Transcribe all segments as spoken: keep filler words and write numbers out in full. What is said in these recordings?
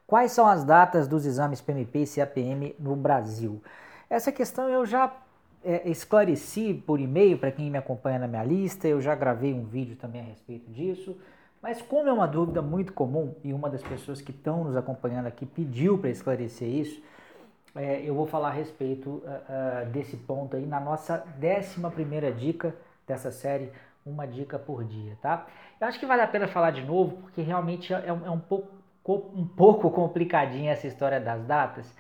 Quais são as datas dos exames P M P e C A P M no Brasil? Essa questão eu já é, esclareci por e-mail para quem me acompanha na minha lista, eu já gravei um vídeo também a respeito disso, mas como é uma dúvida muito comum e uma das pessoas que estão nos acompanhando aqui pediu para esclarecer isso, é, eu vou falar a respeito uh, uh, desse ponto aí na nossa décima primeira dica dessa série, uma dica por dia, tá? Eu acho que vale a pena falar de novo, porque realmente é um, é um pouco um pouco complicadinha essa história das datas,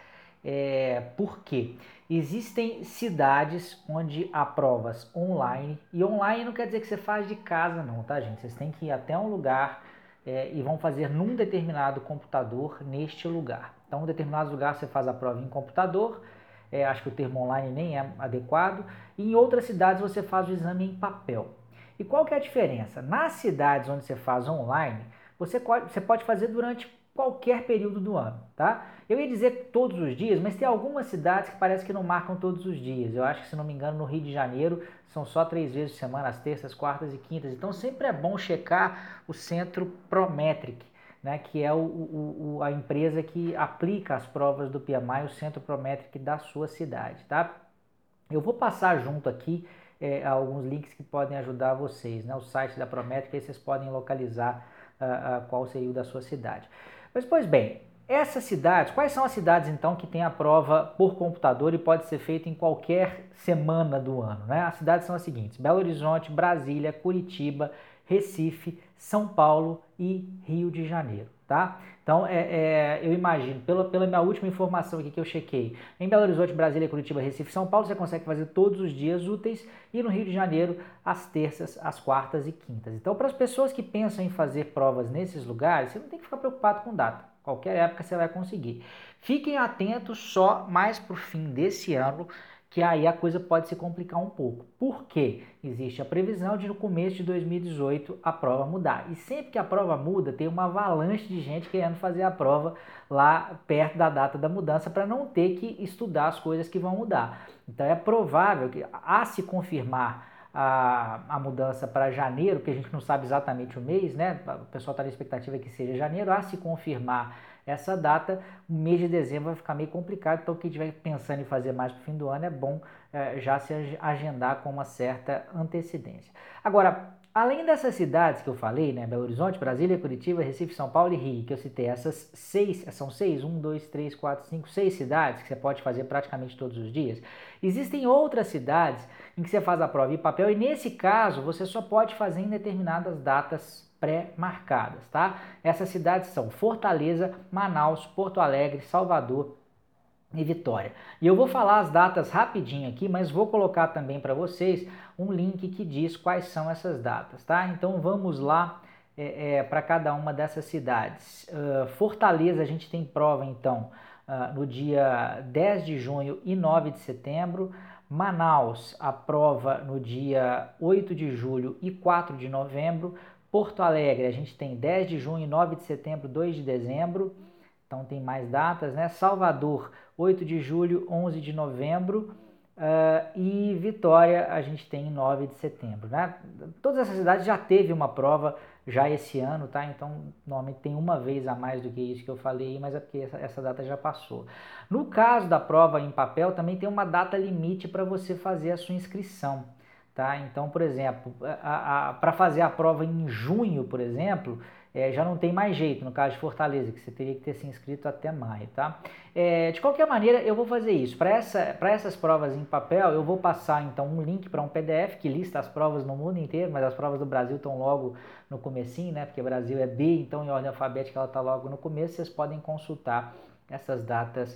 é, porque existem cidades onde há provas online, e online não quer dizer que você faz de casa não, tá gente? Vocês têm que ir até um lugar é, e vão fazer num determinado computador neste lugar. Então, em determinados lugares você faz a prova em computador, é, acho que o termo online nem é adequado, e em outras cidades você faz o exame em papel. E qual que é a diferença? Nas cidades onde você faz online, você pode, você pode fazer durante qualquer período do ano, tá? Eu ia dizer todos os dias, mas tem algumas cidades que parece que não marcam todos os dias. Eu acho que, se não me engano, no Rio de Janeiro são só três vezes por semana, as terças, quartas e quintas. Então sempre é bom checar o Centro Prometric, né, que é o, o, o, a empresa que aplica as provas do P M I, o Centro Prometric da sua cidade, tá? Eu vou passar junto aqui é, alguns links que podem ajudar vocês, né? O site da Prometric, aí vocês podem localizar uh, uh, qual seria o da sua cidade. Mas, pois bem, essas cidades, quais são as cidades então que tem a prova por computador e pode ser feita em qualquer semana do ano, né? As cidades são as seguintes: Belo Horizonte, Brasília, Curitiba, Recife, São Paulo e Rio de Janeiro, tá? Então, é, é, eu imagino, pela, pela minha última informação aqui que eu chequei, em Belo Horizonte, Brasília, Curitiba, Recife, São Paulo, você consegue fazer todos os dias úteis, e no Rio de Janeiro, as terças, as quartas e quintas. Então, para as pessoas que pensam em fazer provas nesses lugares, você não tem que ficar preocupado com data. Qualquer época você vai conseguir. Fiquem atentos só mais para o fim desse ano, que aí a coisa pode se complicar um pouco. Por quê? Existe a previsão de no começo de dois mil e dezoito a prova mudar. E sempre que a prova muda, tem uma avalanche de gente querendo fazer a prova lá perto da data da mudança para não ter que estudar as coisas que vão mudar. Então é provável que, a se confirmar a, a mudança para janeiro, que a gente não sabe exatamente o mês, né? O pessoal está na expectativa que seja janeiro, a se confirmar essa data, o mês de dezembro vai ficar meio complicado, então quem estiver pensando em fazer mais para o fim do ano é bom é, já se agendar com uma certa antecedência. Agora, além dessas cidades que eu falei, né, Belo Horizonte, Brasília, Curitiba, Recife, São Paulo e Rio, que eu citei, essas seis, são seis, um, dois, três, quatro, cinco, seis cidades que você pode fazer praticamente todos os dias, existem outras cidades em que você faz a prova em papel e nesse caso você só pode fazer em determinadas datas pré-marcadas, tá? Essas cidades são Fortaleza, Manaus, Porto Alegre, Salvador e Vitória. E eu vou falar as datas rapidinho aqui, mas vou colocar também para vocês um link que diz quais são essas datas, tá? Então vamos lá é, é, para cada uma dessas cidades. Uh, Fortaleza, a gente tem prova então uh, no dia dez de junho e nove de setembro. Manaus, a prova no dia oito de julho e quatro de novembro. Porto Alegre, a gente tem dez de junho, nove de setembro, dois de dezembro. Então tem mais datas, né? Salvador, oito de julho, onze de novembro. Uh, e Vitória a gente tem nove de setembro, né? Todas essas cidades já teve uma prova já esse ano, tá? Então normalmente tem uma vez a mais do que isso que eu falei, mas é porque essa, essa data já passou. No caso da prova em papel, também tem uma data limite para você fazer a sua inscrição, tá? Então, por exemplo, para fazer a prova em junho, por exemplo, é, já não tem mais jeito, no caso de Fortaleza, que você teria que ter se inscrito até maio, tá? É, de qualquer maneira, eu vou fazer isso. Para essa, para essas provas em papel, eu vou passar então um link para um P D F que lista as provas no mundo inteiro, mas as provas do Brasil estão logo no comecinho, né? Porque o Brasil é B, então em ordem alfabética ela está logo no começo, vocês podem consultar essas datas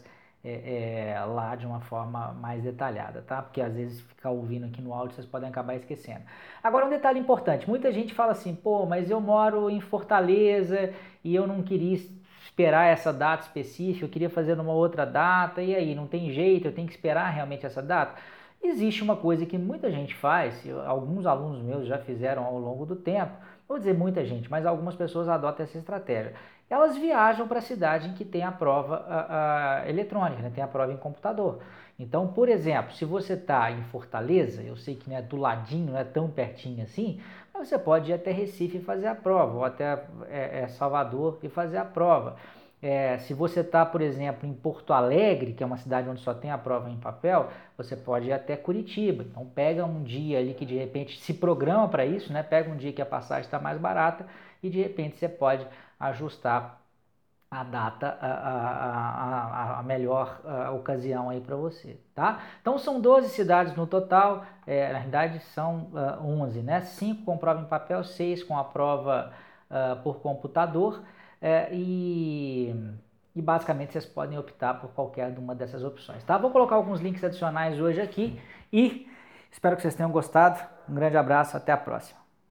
É, é, lá de uma forma mais detalhada, tá? Porque às vezes ficar ouvindo aqui no áudio vocês podem acabar esquecendo. Agora um detalhe importante, muita gente fala assim, pô, mas eu moro em Fortaleza e eu não queria esperar essa data específica, eu queria fazer numa outra data, e aí, não tem jeito, eu tenho que esperar realmente essa data? Existe uma coisa que muita gente faz, alguns alunos meus já fizeram ao longo do tempo, vou dizer muita gente, mas algumas pessoas adotam essa estratégia. Elas viajam para a cidade em que tem a prova a, a, eletrônica, né? Tem a prova em computador. Então, por exemplo, se você está em Fortaleza, eu sei que não é do ladinho, não é tão pertinho assim, mas você pode ir até Recife e fazer a prova, ou até é, é, Salvador e fazer a prova. É, se você está, por exemplo, em Porto Alegre, que é uma cidade onde só tem a prova em papel, você pode ir até Curitiba. Então pega um dia ali que de repente se programa para isso, né? Pega um dia que a passagem está mais barata e de repente você pode ajustar a data, a, a, a, a melhor a ocasião aí para você, tá? Então são doze cidades no total, é, na verdade são uh, onze, né? cinco com prova em papel, seis com a prova uh, por computador, é, e, e basicamente vocês podem optar por qualquer uma dessas opções, tá? Vou colocar alguns links adicionais hoje aqui e espero que vocês tenham gostado. Um grande abraço, até a próxima.